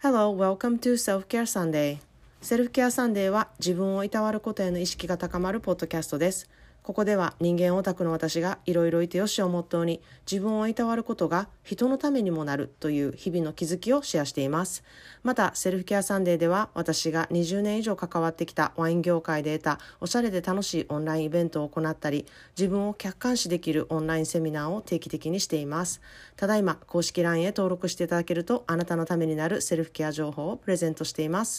Hello, welcome to Self-Care Sunday. セルフケアサンデーは自分をいたわることへの意識が高まるポッドキャストです。ここでは人間オタクの私がいろいろいてよしをモットーに自分をいたわることが人のためにもなるという日々の気づきをシェアしています。またセルフケアサンデーでは私が20年以上関わってきたワイン業界で得たおしゃれで楽しいオンラインイベントを行ったり、自分を客観視できるオンラインセミナーを定期的にしています。ただいま公式 LINE へ登録していただけるとあなたのためになるセルフケア情報をプレゼントしています。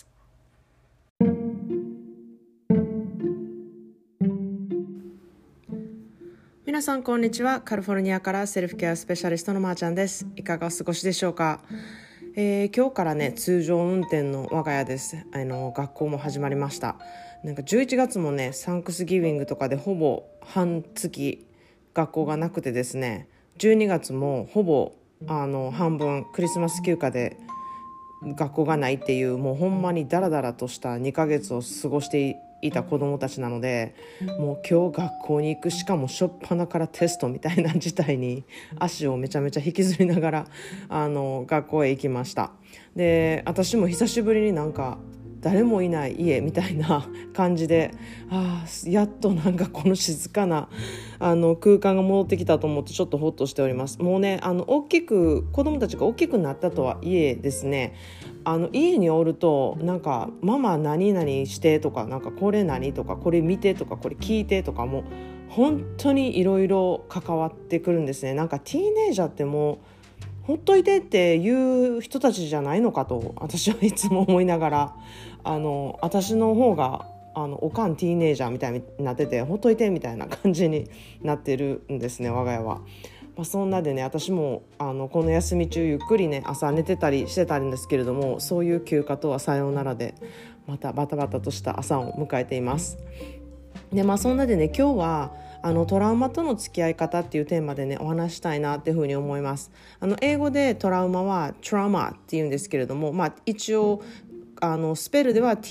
皆さんこんにちは。カリフォルニアからセルフケアスペシャリストのまーちゃんです。いかがお過ごしでしょうか。今日からね通常運転の我が家です。学校も始まりました。なんか11月もねサンクスギビングとかでほぼ半月学校がなくてですね、12月もほぼ半分クリスマス休暇で学校がないっていう、もうほんまにダラダラとした2ヶ月を過ごしていた子どもたちなので、もう今日学校に行く、しかも初っ端からテストみたいな事態に足をめちゃめちゃ引きずりながら学校へ行きました。で、私も久しぶりになんか誰もいない家みたいな感じで、やっとなんかこの静かな空間が戻ってきたと思ってちょっとホッとしております。もうね子供たちが大きくなったとはいえですね、家におるとなんかママ何々してとか、なんかこれ何とかこれ見てとかこれ聞いてとか、もう本当にいろいろ関わってくるんですね。なんかティーネイジャーってもうほっといてっていう人たちじゃないのかと私はいつも思いながら、私の方がおかんティーネイジャーみたいになってて、ほっといてみたいな感じになってるんですね、我が家は。そんなでね、私もこの休み中ゆっくりね朝寝てたりしてたんですけれども、そういう休暇とはさようならでまたバタバタとした朝を迎えています。で、そんなでね、今日はトラウマとの付き合い方っていうテーマでねお話したいなっていうふうに思います。英語でトラウマはトラウマっていうんですけれども、一応スペルでは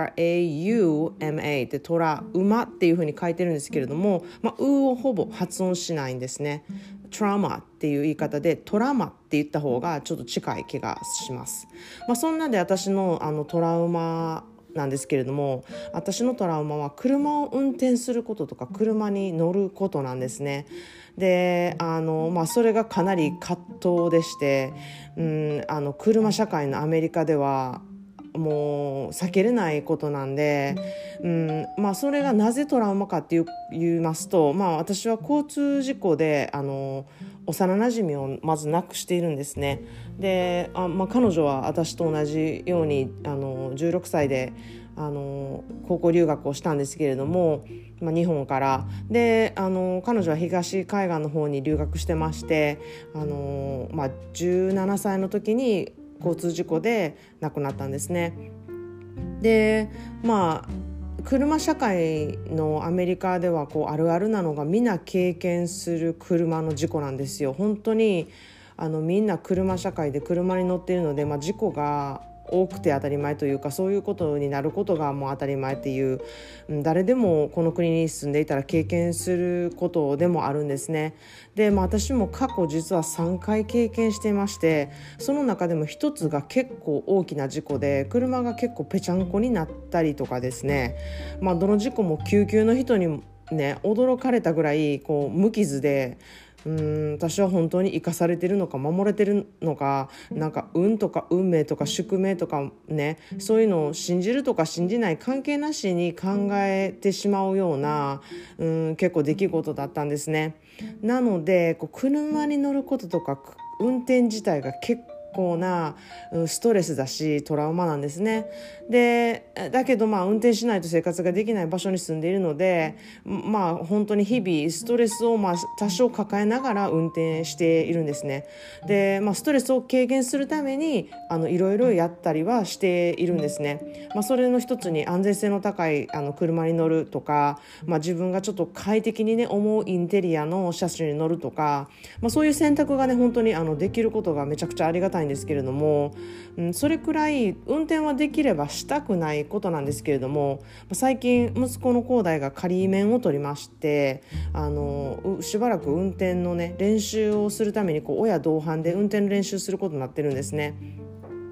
TRAUMA ってトラウマっていうふうに書いてるんですけれども、うをほぼ発音しないんですね。トラウマっていう言い方でトラウマって言った方がちょっと近い気がします。そんなで私のトラウマなんですけれども、私のトラウマは車を運転することとか車に乗ることなんですね。でそれがかなり葛藤でして、車社会のアメリカではもう避けれないことなんで、それがなぜトラウマかって言いますと、私は交通事故で幼なじみをまず亡くしているんですね。で彼女は私と同じように16歳で高校留学をしたんですけれども、日本からで彼女は東海岸の方に留学してまして、17歳の時に交通事故で亡くなったんですね。で車社会のアメリカではあるあるなのが、みんな経験する車の事故なんですよ。本当にみんな車社会で車に乗っているので、事故が多くて当たり前というか、そういうことになることがもう当たり前っていう、誰でもこの国に住んでいたら経験することでもあるんですね。で、私も過去実は3回経験していまして、その中でも一つが結構大きな事故で、車が結構ぺちゃんこになったりとかですね、どの事故も救急の人にね驚かれたぐらい無傷で、私は本当に生かされてるのか守れてるのか、なんか運とか運命とか宿命とかね、そういうのを信じるとか信じない関係なしに考えてしまうような結構出来事だったんですね。なので車に乗ることとか運転自体が結構なストレスだしトラウマなんですね。でだけど運転しないと生活ができない場所に住んでいるので、本当に日々ストレスを多少抱えながら運転しているんですね。で、ストレスを軽減するためにいろいろやったりはしているんですね。それの一つに安全性の高い車に乗るとか、自分がちょっと快適にね思うインテリアの車種に乗るとか、そういう選択がね本当にできることがめちゃくちゃありがたいんですけれども、それくらい運転はできればしたくないことなんですけれども、最近息子の恒大が仮免を取りまして、しばらく運転のね練習をするために親同伴で運転の練習することになってるんですね。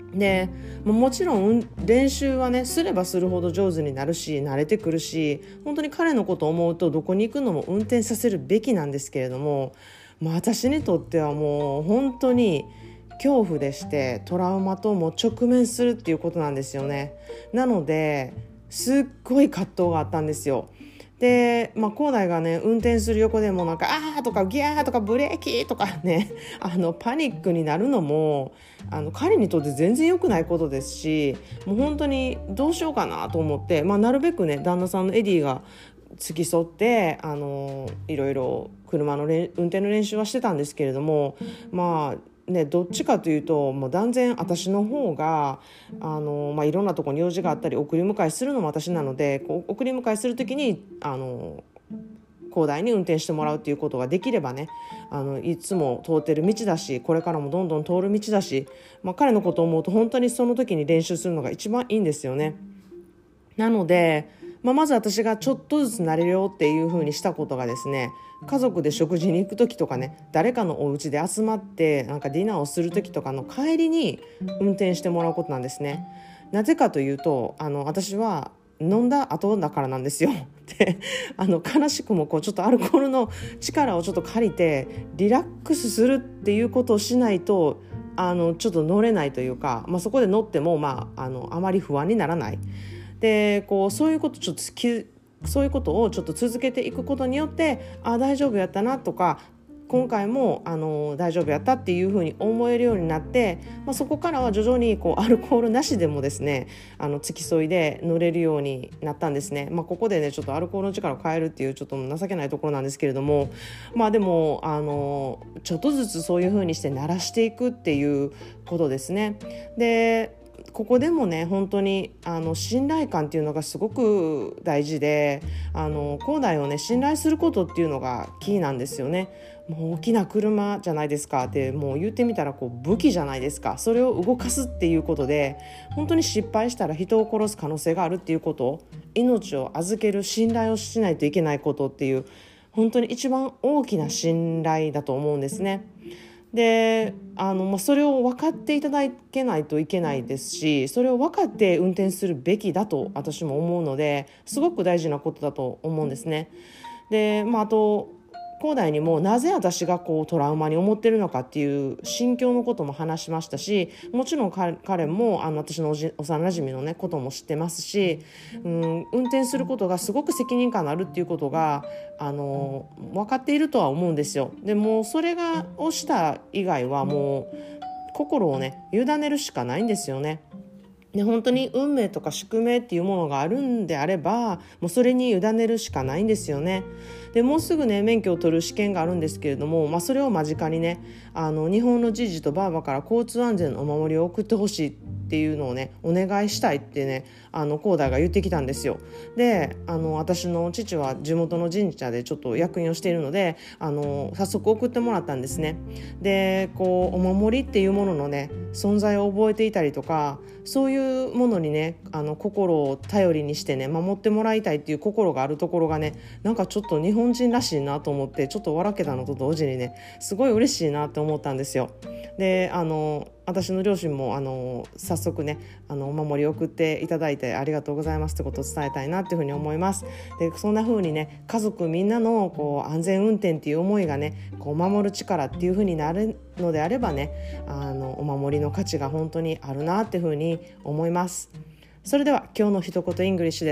でもちろん練習はねすればするほど上手になるし慣れてくるし、本当に彼のことを思うとどこに行くのも運転させるべきなんですけれども、私にとってはもう本当に恐怖でして、トラウマとも直面するっていうことなんですよね。なのですっごい葛藤があったんですよ。で、広大がね運転する横でもなんかあーとかギャーとかブレーキとかねパニックになるのも彼にとって全然良くないことですし、もう本当にどうしようかなと思って、なるべくね旦那さんのエディが付き添っていろいろ車の運転の練習はしてたんですけれども、どっちかというともう断然私の方がいろんなところに用事があったり送り迎えするのも私なので、送り迎えするときに広大に運転してもらうっていうことができればね、いつも通ってる道だし、これからもどんどん通る道だし、彼のことを思うと本当にその時に練習するのが一番いいんですよね。なので、まず私がちょっとずつ慣れようっていう風にしたことがですね、家族で食事に行く時とかね、誰かのお家で集まってなんかディナーをする時とかの帰りに運転してもらうことなんですね。なぜかというと私は飲んだ後だからなんですよ。で悲しくもちょっとアルコールの力をちょっと借りてリラックスするっていうことをしないとちょっと乗れないというか、そこで乗ってもあまり不安にならない。でそういうことをちょっと続けていくことによって大丈夫やったなとか、今回も大丈夫やったっていう風に思えるようになって、そこからは徐々にアルコールなしでもですね付き添いで乗れるようになったんですね。ここでねちょっとアルコールの力を変えるっていうちょっと情けないところなんですけれども、でもちょっとずつそういう風にして慣らしていくっていうことですね。でここでもね本当に信頼感っていうのがすごく大事で、広大をね信頼することっていうのがキーなんですよね。もう大きな車じゃないですかって、もう言ってみたら武器じゃないですか。それを動かすっていうことで本当に失敗したら人を殺す可能性があるっていうこと、命を預ける信頼をしないといけないことっていう、本当に一番大きな信頼だと思うんですね。でそれを分かっていただけないといけないですし、それを分かって運転するべきだと私も思うので、すごく大事なことだと思うんですね。で、あと広大にもなぜ私がトラウマに思ってるのかっていう心境のことも話しましたし、もちろん彼も私の幼馴染のねことも知ってますし、運転することがすごく責任感のあるっていうことが分かっているとは思うんですよ。でもそれをした以外はもう心をね委ねるしかないんですよね。で本当に運命とか宿命っていうものがあるんであればもうそれに委ねるしかないんですよね。でもうすぐね免許を取る試験があるんですけれども、それを間近にね日本の知事とばあばから交通安全のお守りを送ってほしいっていうのをねお願いしたいってね広大が言ってきたんですよ。で私の父は地元の神社でちょっと役員をしているので早速送ってもらったんですね。でお守りっていうもののね存在を覚えていたりとか、そういうものにね心を頼りにしてね守ってもらいたいっていう心があるところがね、なんかちょっと日本人らしいなと思って、ちょっと笑けたのと同時にねすごい嬉しいなって思ったんですよ。で私の両親も早速ねお守りを送っていただいてありがとうございますってことを伝えたいなっていうふうに思います。でそんな風にね家族みんなの安全運転っていう思いがね守る力っていう風になるのであればねお守りの価値が本当にあるなっていう風に思います。それでは今日の一言イングリッシュです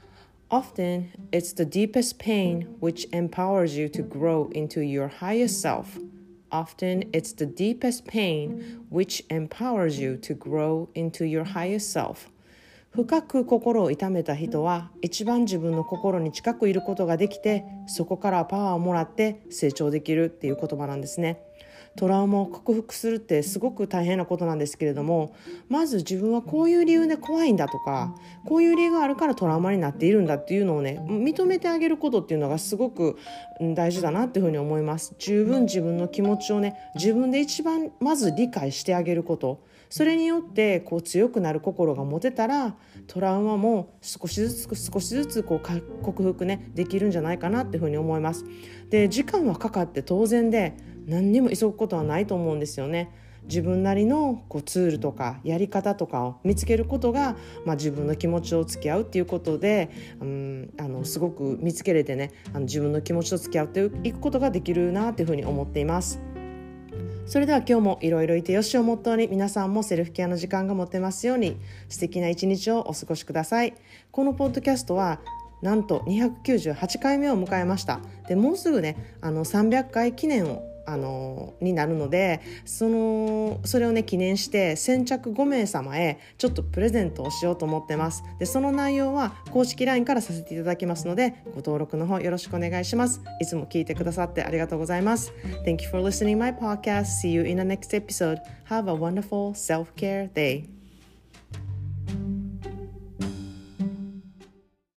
。Often it's the deepest pain which empowers you to grow into your highest self.Often it's the deepest pain which empowers you to grow into your highest self. 深く心を痛めた人は一番自分の心に近くいることができて、そこからパワーをもらって成長できるっていう言葉なんですね。トラウマを克服するってすごく大変なことなんですけれども、まず自分はこういう理由で怖いんだとか、こういう理由があるからトラウマになっているんだっていうのをね認めてあげることっていうのがすごく大事だなっていうふうに思います。十分自分の気持ちをね自分で一番まず理解してあげること、それによって強くなる心が持てたらトラウマも少しずつ克服ねできるんじゃないかなっていうふうに思います。で時間はかかって当然で何にも急ぐことはないと思うんですよね。 自分なりのツールとかやり方とかを見つけることが、自分の気持ちを付き合うっていうことで、すごく見つけれてね、自分の気持ちと付き合っていくことができるなっていうふうに思っています。それでは今日もいろいろいてよしをモットーに、皆さんもセルフケアの時間が持てますように、素敵な一日をお過ごしください。このポッドキャストはなんと298回目を迎えました。でもうすぐね300回記念をになるので、それをね記念して先着5名様へちょっとプレゼントをしようと思ってます。でその内容は公式 LINE からさせていただきますので、ご登録の方よろしくお願いします。いつも聞いてくださってありがとうございます。 Thank you for listening my podcast. See you in the next episode. Have a wonderful self-care day.